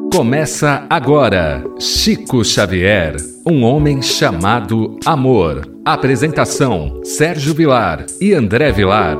Começa agora, Chico Xavier, um homem chamado amor. Apresentação, Sérgio Vilar e André Vilar.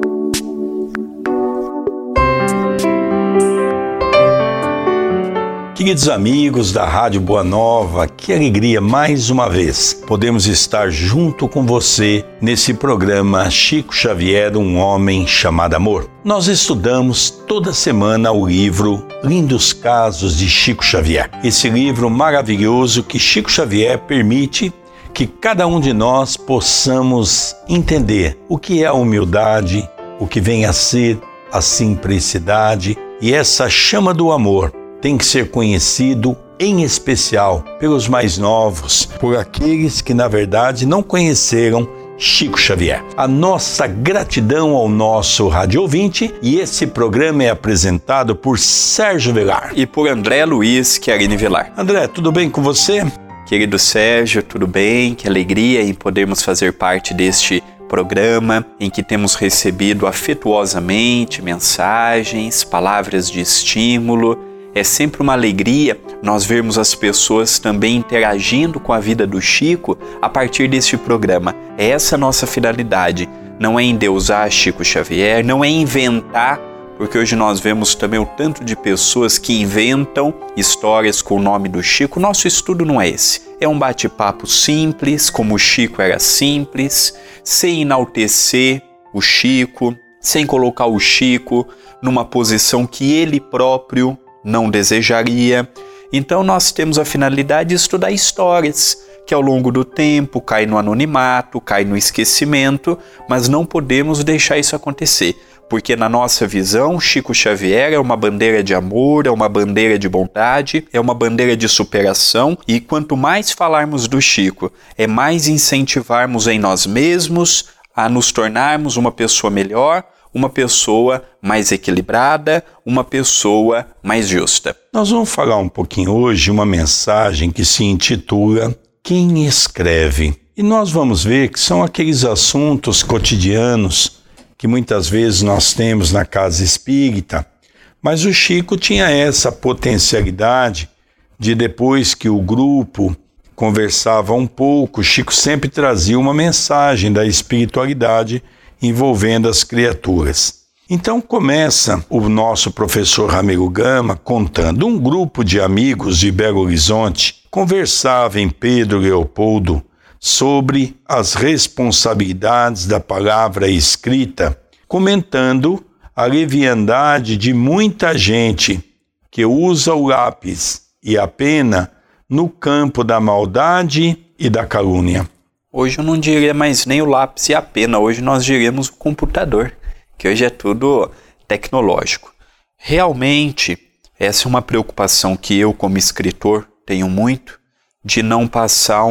Queridos amigos da Rádio Boa Nova, que alegria mais uma vez podemos estar junto com você nesse programa Chico Xavier, um homem chamado amor. Nós estudamos toda semana o livro Lindos Casos de Chico Xavier. Esse livro maravilhoso que Chico Xavier permite que cada um de nós possamos entender o que é a humildade, o que vem a ser a simplicidade e essa chama do amor. Tem que ser conhecido, em especial, pelos mais novos, por aqueles que, na verdade, não conheceram Chico Xavier. A nossa gratidão ao nosso rádio ouvinte, e esse programa é apresentado por Sérgio Vilar. E por André Luiz Chiarini Vilar. André, tudo bem com você? Querido Sérgio, tudo bem? Que alegria em podermos fazer parte deste programa em que temos recebido afetuosamente mensagens, palavras de estímulo. É sempre uma alegria nós vermos as pessoas também interagindo com a vida do Chico a partir deste programa. É essa a nossa finalidade. Não é endeusar Chico Xavier, não é inventar, porque hoje nós vemos também o tanto de pessoas que inventam histórias com o nome do Chico. Nosso estudo não é esse. É um bate-papo simples, como o Chico era simples, sem enaltecer o Chico, sem colocar o Chico numa posição que ele próprio não desejaria. Então nós temos a finalidade de estudar histórias que ao longo do tempo caem no anonimato, caem no esquecimento, mas não podemos deixar isso acontecer, porque na nossa visão Chico Xavier é uma bandeira de amor, é uma bandeira de bondade, é uma bandeira de superação, e quanto mais falarmos do Chico, é mais incentivarmos em nós mesmos a nos tornarmos uma pessoa melhor, uma pessoa mais equilibrada, uma pessoa mais justa. Nós vamos falar um pouquinho hoje uma mensagem que se intitula Quem Escreve? E nós vamos ver que são aqueles assuntos cotidianos que muitas vezes nós temos na casa espírita, mas o Chico tinha essa potencialidade de, depois que o grupo conversava um pouco, o Chico sempre trazia uma mensagem da espiritualidade envolvendo as criaturas. Então começa o nosso professor Ramiro Gama contando: um grupo de amigos de Belo Horizonte conversava em Pedro Leopoldo sobre as responsabilidades da palavra escrita, comentando a leviandade de muita gente que usa o lápis e a pena no campo da maldade e da calúnia. Hoje eu não diria mais nem o lápis e a pena, hoje nós diríamos o computador, que hoje é tudo tecnológico. Realmente, essa é uma preocupação que eu, como escritor, tenho muito, de não passar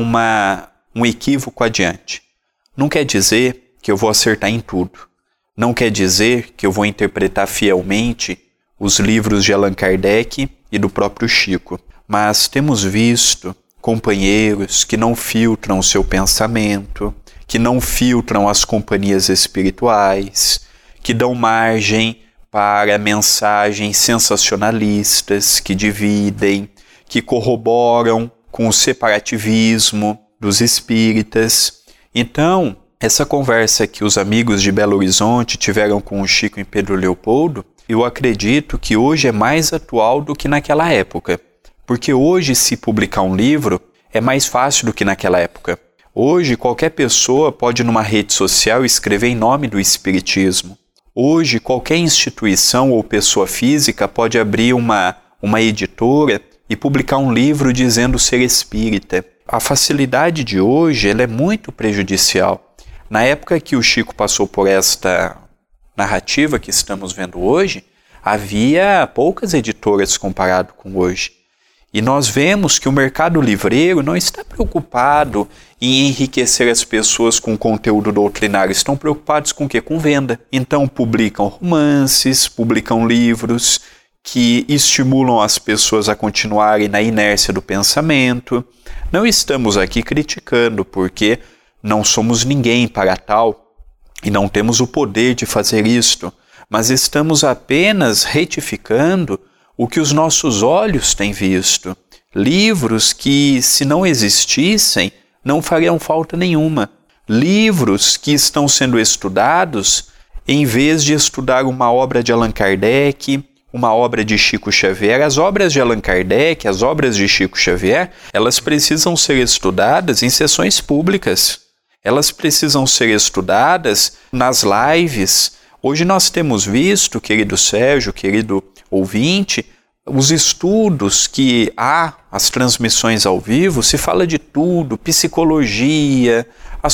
um equívoco adiante. Não quer dizer que eu vou acertar em tudo. Não quer dizer que eu vou interpretar fielmente os livros de Allan Kardec e do próprio Chico. Mas temos visto companheiros que não filtram o seu pensamento, que não filtram as companhias espirituais, que dão margem para mensagens sensacionalistas, que dividem, que corroboram com o separativismo dos espíritas. Então, essa conversa que os amigos de Belo Horizonte tiveram com o Chico em Pedro Leopoldo, eu acredito que hoje é mais atual do que naquela época. Porque hoje, se publicar um livro, é mais fácil do que naquela época. Hoje, qualquer pessoa pode, numa rede social, escrever em nome do Espiritismo. Hoje, qualquer instituição ou pessoa física pode abrir uma editora e publicar um livro dizendo ser espírita. A facilidade de hoje ela é muito prejudicial. Na época que o Chico passou por esta narrativa que estamos vendo hoje, havia poucas editoras comparado com hoje. E nós vemos que o mercado livreiro não está preocupado em enriquecer as pessoas com conteúdo doutrinário, estão preocupados com o quê? Com venda. Então publicam romances, publicam livros que estimulam as pessoas a continuarem na inércia do pensamento. Não estamos aqui criticando, porque não somos ninguém para tal e não temos o poder de fazer isto, mas estamos apenas retificando o que os nossos olhos têm visto. Livros que, se não existissem, não fariam falta nenhuma. Livros que estão sendo estudados, em vez de estudar uma obra de Allan Kardec, uma obra de Chico Xavier. As obras de Allan Kardec, as obras de Chico Xavier, elas precisam ser estudadas em sessões públicas. Elas precisam ser estudadas nas lives. Hoje nós temos visto, querido Sérgio, querido ouvinte, os estudos que há, as transmissões ao vivo, se fala de tudo, psicologia,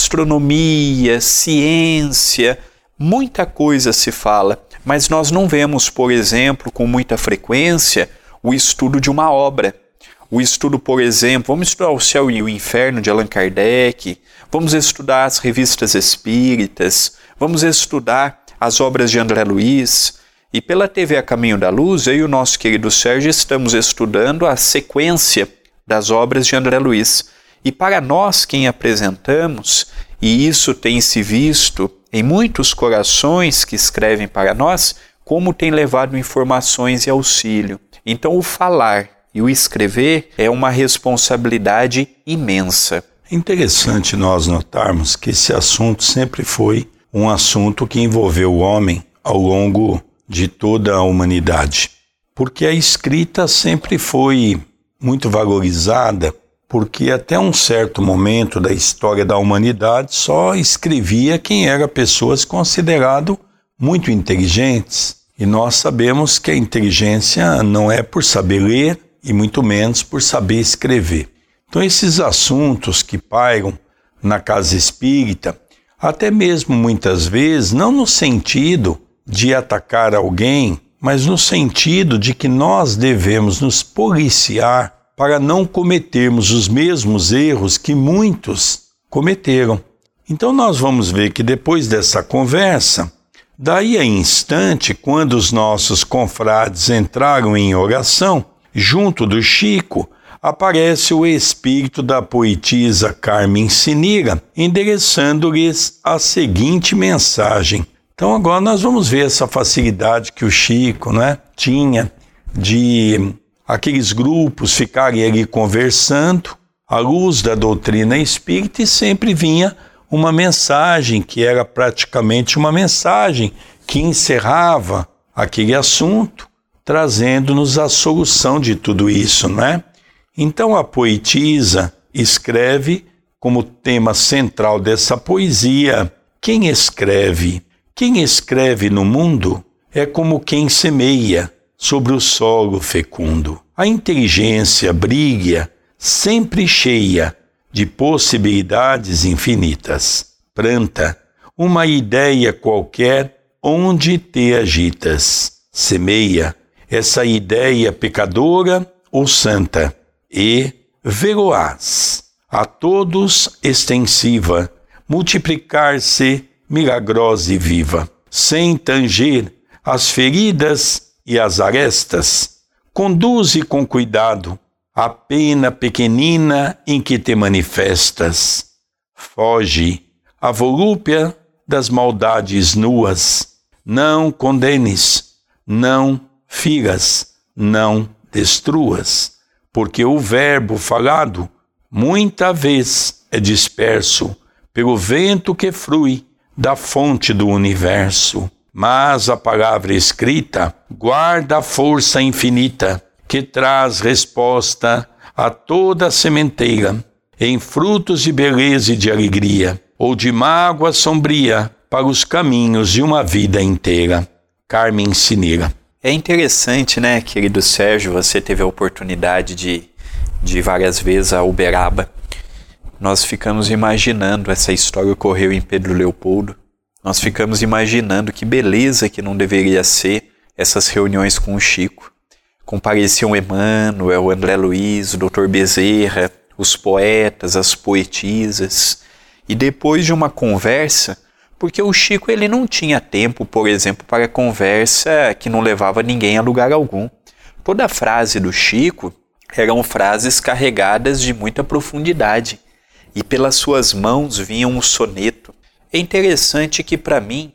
astronomia, ciência, muita coisa se fala, mas nós não vemos, por exemplo, com muita frequência, o estudo de uma obra. O estudo, por exemplo, vamos estudar O Céu e o Inferno de Allan Kardec, vamos estudar as revistas espíritas, vamos estudar as obras de André Luiz. E pela TV A Caminho da Luz, eu e o nosso querido Sérgio estamos estudando a sequência das obras de André Luiz. E para nós, quem apresentamos, e isso tem se visto em muitos corações que escrevem para nós, como tem levado informações e auxílio. Então o falar e o escrever é uma responsabilidade imensa. É interessante nós notarmos que esse assunto sempre foi um assunto que envolveu o homem ao longo de toda a humanidade, porque a escrita sempre foi muito valorizada, porque até um certo momento da história da humanidade só escrevia quem era pessoas considerado muito inteligentes, e nós sabemos que a inteligência não é por saber ler e muito menos por saber escrever. Então esses assuntos que pairam na casa espírita, até mesmo muitas vezes não no sentido de atacar alguém, mas no sentido de que nós devemos nos policiar para não cometermos os mesmos erros que muitos cometeram. Então nós vamos ver que depois dessa conversa, daí a instante, quando os nossos confrades entraram em oração, junto do Chico, aparece o espírito da poetisa Carmen Sinira, endereçando-lhes a seguinte mensagem. Então agora nós vamos ver essa facilidade que o Chico, tinha de aqueles grupos ficarem ali conversando à luz da doutrina espírita, e sempre vinha uma mensagem que era praticamente uma mensagem que encerrava aquele assunto, trazendo-nos a solução de tudo isso, Então a poetisa escreve como tema central dessa poesia: quem escreve? Quem escreve no mundo é como quem semeia sobre o solo fecundo. A inteligência brilha, sempre cheia de possibilidades infinitas. Planta uma ideia qualquer onde te agitas. Semeia essa ideia pecadora ou santa, e vê-lo-ás a todos extensiva, multiplicar-se milagrosa e viva, sem tanger as feridas e as arestas. Conduze com cuidado a pena pequenina em que te manifestas. Foge à volúpia das maldades nuas. Não condenes, não firas, não destruas, porque o verbo falado muita vez é disperso pelo vento que flui da fonte do universo. Mas a palavra escrita guarda a força infinita que traz resposta a toda a sementeira, em frutos de beleza e de alegria, ou de mágoa sombria para os caminhos de uma vida inteira. Carmen Sinira. É interessante, querido Sérgio, você teve a oportunidade de várias vezes a Uberaba. Nós ficamos imaginando, essa história ocorreu em Pedro Leopoldo, nós ficamos imaginando que beleza que não deveria ser essas reuniões com o Chico. Compareciam Emmanuel, André Luiz, o Dr. Bezerra, os poetas, as poetisas. E depois de uma conversa, porque o Chico ele não tinha tempo, por exemplo, para conversa que não levava ninguém a lugar algum. Toda frase do Chico eram frases carregadas de muita profundidade, e pelas suas mãos vinha um soneto. É interessante que, para mim,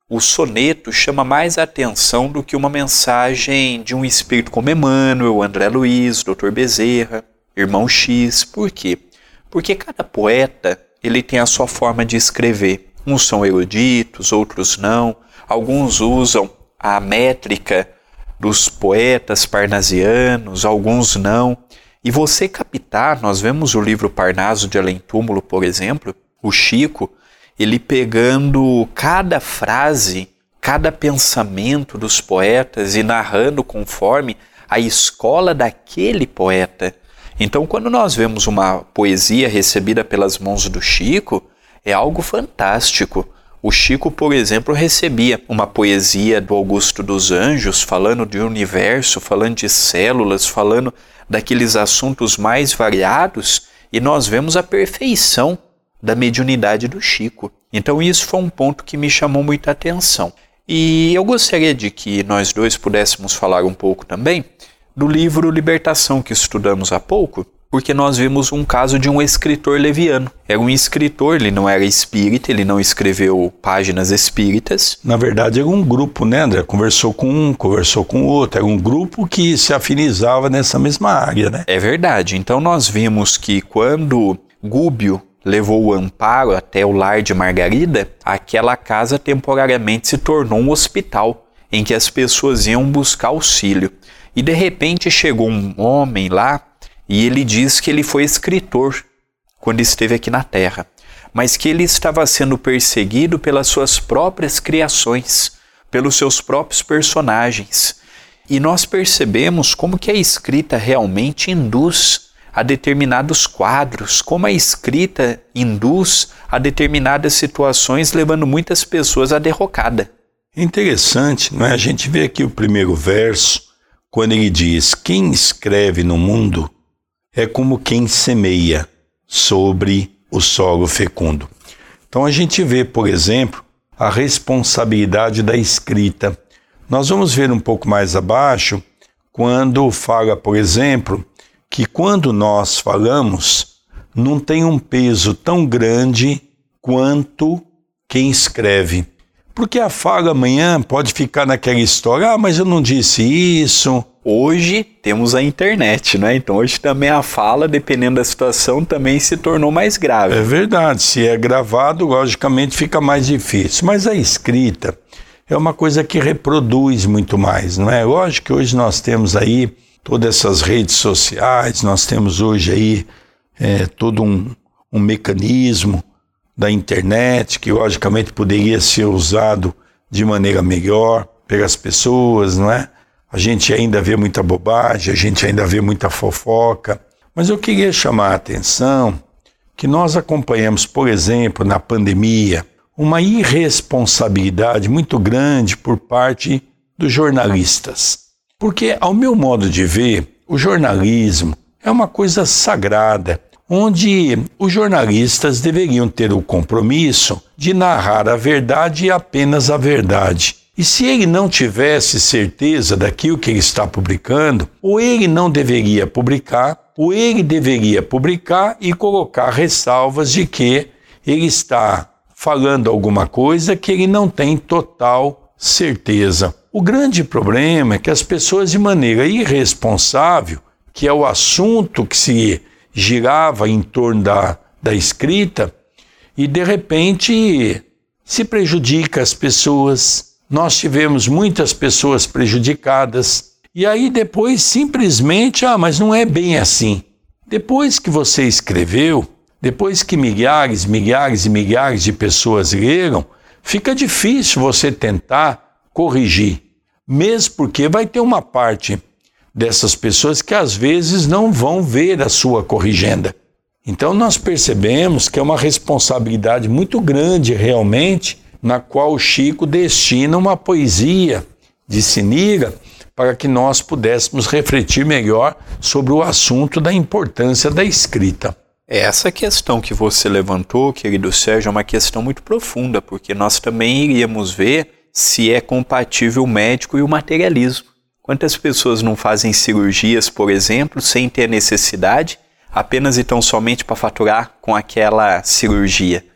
o soneto chama mais atenção do que uma mensagem de um espírito como Emmanuel, André Luiz, Dr. Bezerra, Irmão X. Por quê? Porque cada poeta ele tem a sua forma de escrever. Uns são eruditos, outros não. Alguns usam a métrica dos poetas parnasianos, alguns não. E você captar, nós vemos o livro Parnaso de Além Túmulo, por exemplo, o Chico, ele pegando cada frase, cada pensamento dos poetas e narrando conforme a escola daquele poeta. Então, quando nós vemos uma poesia recebida pelas mãos do Chico, é algo fantástico. O Chico, por exemplo, recebia uma poesia do Augusto dos Anjos, falando de universo, falando de células, falando daqueles assuntos mais variados, e nós vemos a perfeição da mediunidade do Chico. Então isso foi um ponto que me chamou muita atenção. E eu gostaria de que nós dois pudéssemos falar um pouco também do livro Libertação, que estudamos há pouco, porque nós vimos um caso de um escritor leviano. Era um escritor, ele não era espírita, ele não escreveu páginas espíritas. Na verdade era um grupo, né, André? Conversou com um, conversou com o outro. Era um grupo que se afinizava nessa mesma área, né? É verdade. Então nós vimos que quando Gúbio levou o Amparo até o lar de Margarida, aquela casa temporariamente se tornou um hospital, em que as pessoas iam buscar auxílio. E de repente chegou um homem lá, e ele diz que ele foi escritor quando esteve aqui na Terra, mas que ele estava sendo perseguido pelas suas próprias criações, pelos seus próprios personagens. E nós percebemos como que a escrita realmente induz a determinados quadros, como a escrita induz a determinadas situações, levando muitas pessoas à derrocada. Interessante, não é? A gente vê aqui o primeiro verso, quando ele diz: quem escreve no mundo é como quem semeia sobre o solo fecundo. Então a gente vê, por exemplo, a responsabilidade da escrita. Nós vamos ver um pouco mais abaixo, quando fala, por exemplo, que quando nós falamos, não tem um peso tão grande quanto quem escreve. Porque a fala amanhã pode ficar naquela história: ah, mas eu não disse isso. Hoje temos a internet, né? Então hoje também a fala, dependendo da situação, também se tornou mais grave. É verdade, se é gravado, logicamente fica mais difícil. Mas a escrita é uma coisa que reproduz muito mais, não é? Lógico que hoje nós temos aí todas essas redes sociais, nós temos hoje aí todo um mecanismo da internet que logicamente poderia ser usado de maneira melhor pelas pessoas, não é? A gente ainda vê muita bobagem, a gente ainda vê muita fofoca, mas eu queria chamar a atenção que nós acompanhamos, por exemplo, na pandemia, uma irresponsabilidade muito grande por parte dos jornalistas. Porque, ao meu modo de ver, o jornalismo é uma coisa sagrada, onde os jornalistas deveriam ter o compromisso de narrar a verdade e apenas a verdade. E se ele não tivesse certeza daquilo que ele está publicando, ou ele não deveria publicar, ou ele deveria publicar e colocar ressalvas de que ele está falando alguma coisa que ele não tem total certeza. O grande problema é que as pessoas, de maneira irresponsável, que é o assunto que se girava em torno da escrita, e de repente se prejudica as pessoas. Nós tivemos muitas pessoas prejudicadas, e aí depois simplesmente, mas não é bem assim. Depois que você escreveu, depois que milhares e milhares de pessoas leram, fica difícil você tentar corrigir, mesmo porque vai ter uma parte dessas pessoas que às vezes não vão ver a sua corrigenda. Então nós percebemos que é uma responsabilidade muito grande realmente, na qual o Chico destina uma poesia de Sinira para que nós pudéssemos refletir melhor sobre o assunto da importância da escrita. Essa questão que você levantou, querido Sérgio, é uma questão muito profunda, porque nós também iríamos ver se é compatível o médico e o materialismo. Quantas pessoas não fazem cirurgias, por exemplo, sem ter necessidade, apenas e tão somente para faturar com aquela cirurgia?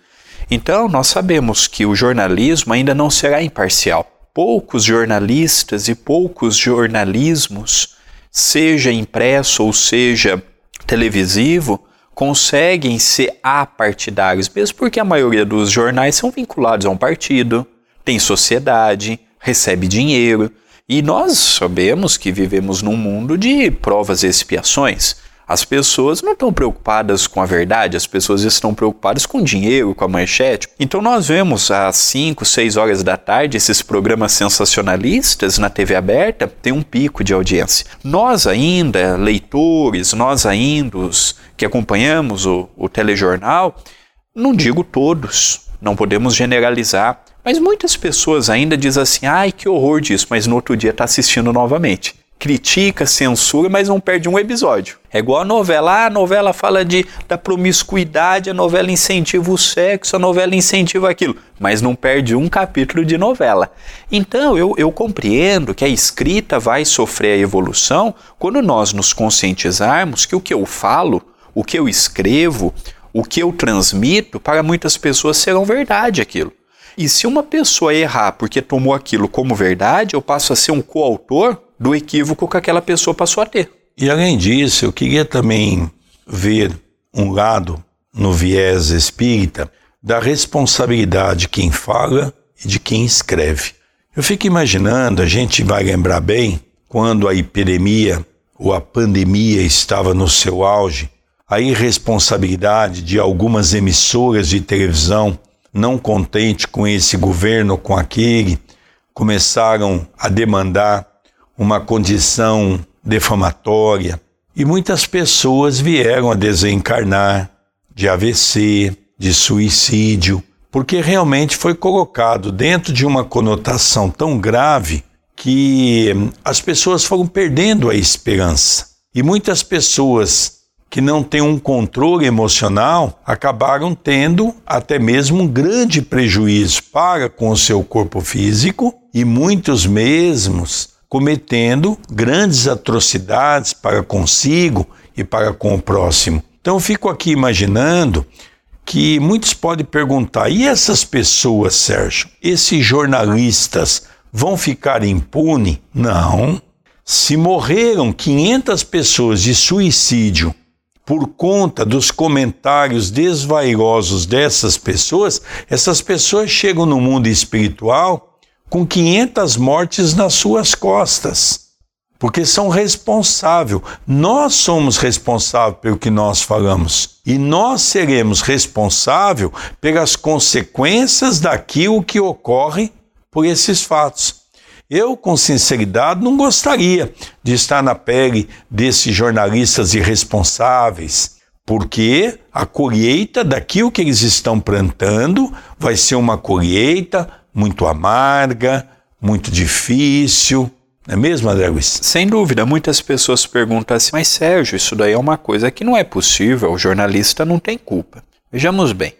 Então, nós sabemos que o jornalismo ainda não será imparcial. Poucos jornalistas e poucos jornalismos, seja impresso ou seja televisivo, conseguem ser apartidários, mesmo porque a maioria dos jornais são vinculados a um partido, tem sociedade, recebe dinheiro, e nós sabemos que vivemos num mundo de provas e expiações. As pessoas não estão preocupadas com a verdade, as pessoas estão preocupadas com o dinheiro, com a manchete. Então nós vemos às 5, 6 horas da tarde esses programas sensacionalistas na TV aberta, tem um pico de audiência. Nós ainda, leitores, nós ainda os que acompanhamos o telejornal, não digo todos, não podemos generalizar, mas muitas pessoas ainda dizem assim, ai que horror disso, mas no outro dia está assistindo novamente. Critica, censura, mas não perde um episódio. É igual a novela fala da promiscuidade, a novela incentiva o sexo, a novela incentiva aquilo, mas não perde um capítulo de novela. Então eu compreendo que a escrita vai sofrer a evolução quando nós nos conscientizarmos que o que eu falo, o que eu escrevo, o que eu transmito, para muitas pessoas serão verdade aquilo. E se uma pessoa errar porque tomou aquilo como verdade, eu passo a ser um coautor do equívoco que aquela pessoa passou a ter. E além disso, eu queria também ver um lado no viés espírita da responsabilidade de quem fala e de quem escreve. Eu fico imaginando, a gente vai lembrar bem, quando a epidemia ou a pandemia estava no seu auge, a irresponsabilidade de algumas emissoras de televisão, não contente com esse governo, com aquele, começaram a demandar uma condição defamatória e muitas pessoas vieram a desencarnar de AVC, de suicídio, porque realmente foi colocado dentro de uma conotação tão grave que as pessoas foram perdendo a esperança. E muitas pessoas que não têm um controle emocional acabaram tendo até mesmo um grande prejuízo para com o seu corpo físico e muitos mesmos cometendo grandes atrocidades para consigo e para com o próximo. Então eu fico aqui imaginando que muitos podem perguntar, e essas pessoas, Sérgio, esses jornalistas vão ficar impunes? Não. Se morreram 500 pessoas de suicídio por conta dos comentários desvairosos dessas pessoas, essas pessoas chegam no mundo espiritual com 500 mortes nas suas costas, porque são responsáveis. Nós somos responsáveis pelo que nós falamos e nós seremos responsáveis pelas consequências daquilo que ocorre por esses fatos. Eu, com sinceridade, não gostaria de estar na pele desses jornalistas irresponsáveis, porque a colheita daquilo que eles estão plantando vai ser uma colheita muito amarga, muito difícil. Não é mesmo, André Luiz? Sem dúvida, muitas pessoas perguntam assim, mas Sérgio, isso daí é uma coisa que não é possível, o jornalista não tem culpa. Vejamos bem,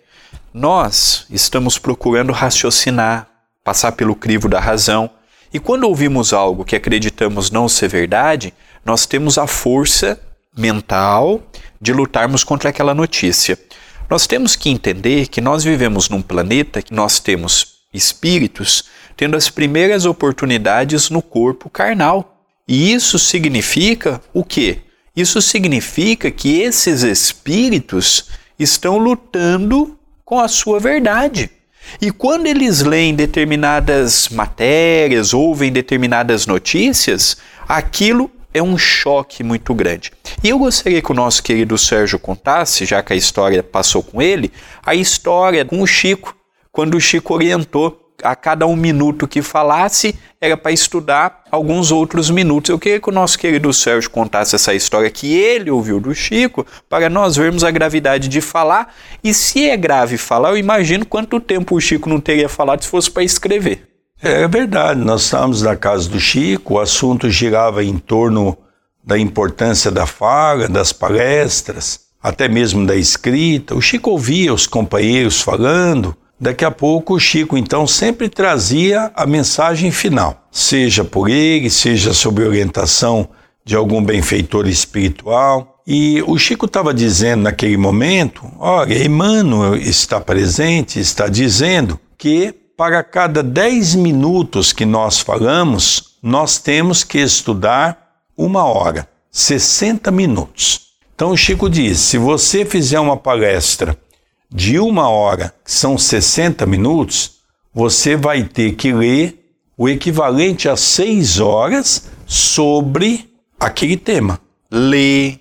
nós estamos procurando raciocinar, passar pelo crivo da razão, e quando ouvimos algo que acreditamos não ser verdade, nós temos a força mental de lutarmos contra aquela notícia. Nós temos que entender que nós vivemos num planeta que nós temos espíritos tendo as primeiras oportunidades no corpo carnal. E isso significa o quê? Isso significa que esses espíritos estão lutando com a sua verdade. E quando eles leem determinadas matérias, ouvem determinadas notícias, aquilo é um choque muito grande. E eu gostaria que o nosso querido Sérgio contasse, já que a história passou com ele, a história com o Chico, quando o Chico orientou a cada um minuto que falasse, era para estudar alguns outros minutos. Eu queria que o nosso querido Sérgio contasse essa história que ele ouviu do Chico, para nós vermos a gravidade de falar. E se é grave falar, eu imagino quanto tempo o Chico não teria falado se fosse para escrever. É verdade, nós estávamos na casa do Chico, o assunto girava em torno da importância da fala, das palestras, até mesmo da escrita. O Chico ouvia os companheiros falando. Daqui a pouco o Chico, então, sempre trazia a mensagem final, seja por ele, seja sob orientação de algum benfeitor espiritual. E o Chico estava dizendo naquele momento, olha, Emmanuel está presente, está dizendo que para cada 10 minutos que nós falamos, nós temos que estudar 1 hora, 60 minutos. Então o Chico diz, se você fizer uma palestra de 1 hora, que são 60 minutos, você vai ter que ler o equivalente a 6 horas sobre aquele tema. Ler,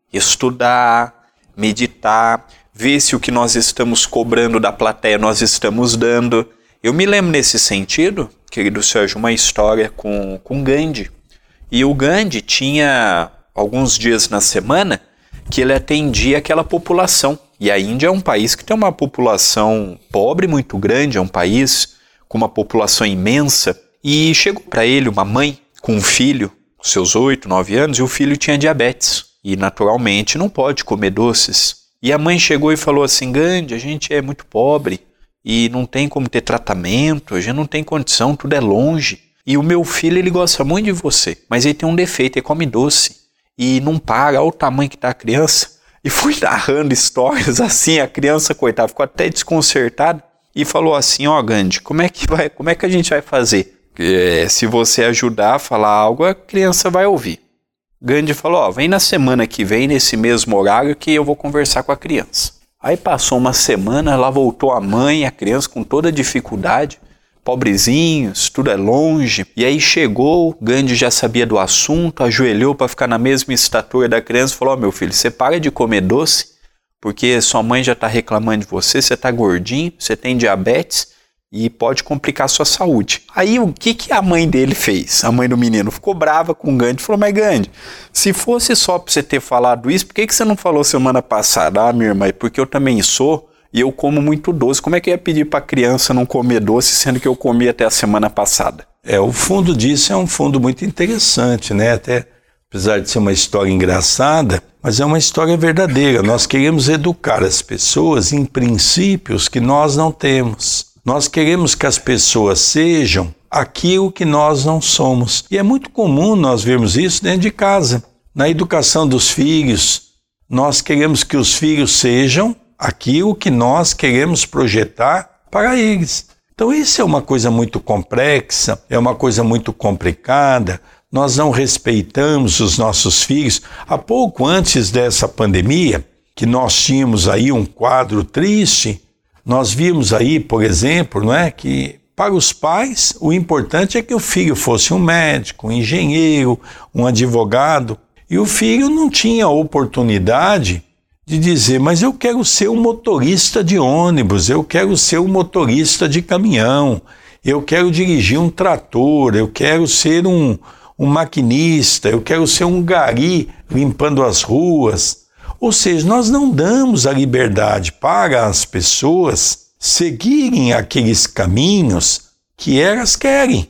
estudar, meditar, ver se o que nós estamos cobrando da plateia nós estamos dando. Eu me lembro nesse sentido, querido Sérgio, uma história com Gandhi. E o Gandhi tinha alguns dias na semana que ele atendia aquela população. E a Índia é um país que tem uma população pobre muito grande, é um país com uma população imensa. E chegou para ele uma mãe com um filho, com seus 8, 9 anos, e o filho tinha diabetes. E naturalmente não pode comer doces. E a mãe chegou e falou assim, Gandhi, a gente é muito pobre e não tem como ter tratamento, a gente não tem condição, tudo é longe. E o meu filho, ele gosta muito de você, mas ele tem um defeito, ele come doce e não para, olha o tamanho que tá a criança. E fui narrando histórias assim, a criança, coitada, ficou até desconcertada e falou assim, ó Gandhi, como é que a gente vai fazer? Se você ajudar a falar algo, a criança vai ouvir. Gandhi falou, ó, vem na semana que vem, nesse mesmo horário, que eu vou conversar com a criança. Aí passou uma semana, lá voltou a mãe, a criança com toda dificuldade, pobrezinhos, tudo é longe. E aí chegou, Gandhi já sabia do assunto, ajoelhou para ficar na mesma estatura da criança e falou, ó, meu filho, você para de comer doce, porque sua mãe já está reclamando de você, você está gordinho, você tem diabetes, e pode complicar a sua saúde. Aí o que a mãe dele fez? A mãe do menino ficou brava com o Gandhi e falou, mas Gandhi, se fosse só para você ter falado isso, por que você não falou semana passada? Ah, minha irmã, porque eu também sou e eu como muito doce. Como é que eu ia pedir para a criança não comer doce, sendo que eu comi até a semana passada? O fundo disso é um fundo muito interessante, né? Até apesar de ser uma história engraçada, mas é uma história verdadeira. Nós queremos educar as pessoas em princípios que nós não temos. Nós queremos que as pessoas sejam aquilo que nós não somos. E é muito comum nós vermos isso dentro de casa. Na educação dos filhos, nós queremos que os filhos sejam aquilo que nós queremos projetar para eles. Então isso é uma coisa muito complexa, é uma coisa muito complicada. Nós não respeitamos os nossos filhos. Há pouco antes dessa pandemia, que nós tínhamos aí um quadro triste, nós vimos aí, por exemplo, não é, que para os pais o importante é que o filho fosse um médico, um engenheiro, um advogado, e o filho não tinha oportunidade de dizer, mas eu quero ser um motorista de ônibus, eu quero ser um motorista de caminhão, eu quero dirigir um trator, eu quero ser um maquinista, eu quero ser um gari limpando as ruas. Ou seja, nós não damos a liberdade para as pessoas seguirem aqueles caminhos que elas querem.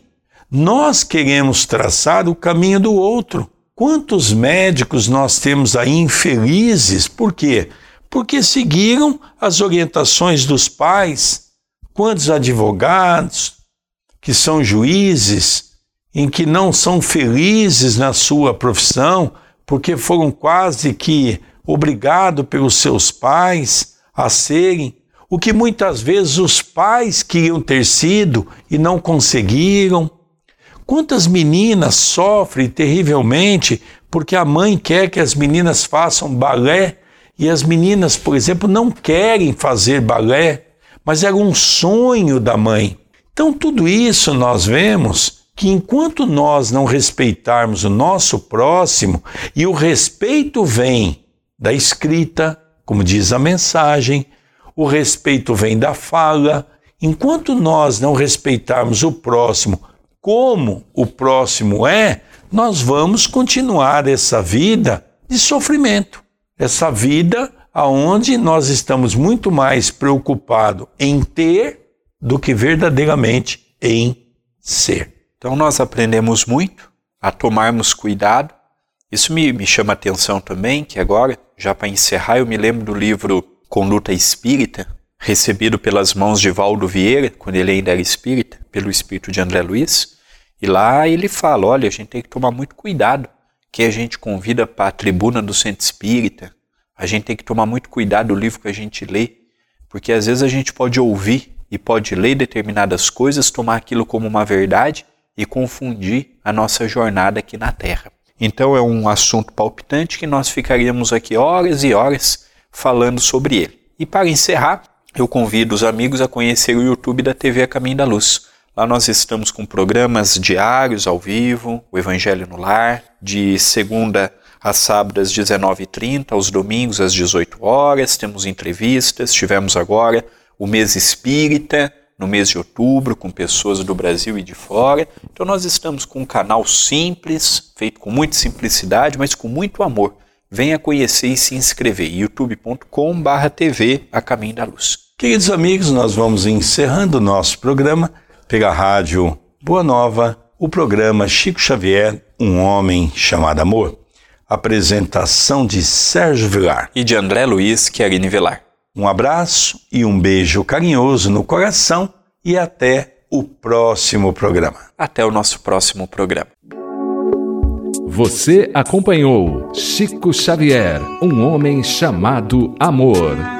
Nós queremos traçar o caminho do outro. Quantos médicos nós temos aí infelizes? Por quê? Porque seguiram as orientações dos pais. Quantos advogados que são juízes, em que não são felizes na sua profissão, porque foram quase que obrigado pelos seus pais a serem, o que muitas vezes os pais queriam ter sido e não conseguiram. Quantas meninas sofrem terrivelmente porque a mãe quer que as meninas façam balé e as meninas, por exemplo, não querem fazer balé, mas era um sonho da mãe. Então tudo isso nós vemos que enquanto nós não respeitarmos o nosso próximo, e o respeito vem da escrita, como diz a mensagem, o respeito vem da fala. Enquanto nós não respeitarmos o próximo como o próximo é, nós vamos continuar essa vida de sofrimento. Essa vida onde nós estamos muito mais preocupados em ter do que verdadeiramente em ser. Então nós aprendemos muito a tomarmos cuidado. Isso me chama a atenção também, que agora, já para encerrar, eu me lembro do livro Conduta Espírita, recebido pelas mãos de Valdo Vieira, quando ele ainda era espírita, pelo espírito de André Luiz, e lá ele fala, olha, a gente tem que tomar muito cuidado, quem a gente convida para a tribuna do Centro Espírita. A gente tem que tomar muito cuidado do livro que a gente lê, porque às vezes a gente pode ouvir e pode ler determinadas coisas, tomar aquilo como uma verdade e confundir a nossa jornada aqui na Terra. Então é um assunto palpitante que nós ficaríamos aqui horas e horas falando sobre ele. E para encerrar, eu convido os amigos a conhecer o YouTube da TV A Caminho da Luz. Lá nós estamos com programas diários ao vivo, o Evangelho no Lar, de segunda a sábado às 19h30, aos domingos às 18 horas, temos entrevistas, tivemos agora o mês espírita, no mês de outubro, com pessoas do Brasil e de fora. Então nós estamos com um canal simples, feito com muita simplicidade, mas com muito amor. Venha conhecer e se inscrever, youtube.com/TV A Caminho da Luz. Queridos amigos, nós vamos encerrando o nosso programa pela rádio Boa Nova, o programa Chico Xavier, um homem chamado amor. Apresentação de Sérgio Vilar e de André Luiz Chiarini Velar. Um abraço e um beijo carinhoso no coração e até o próximo programa. Até o nosso próximo programa. Você acompanhou Chico Xavier, um homem chamado amor.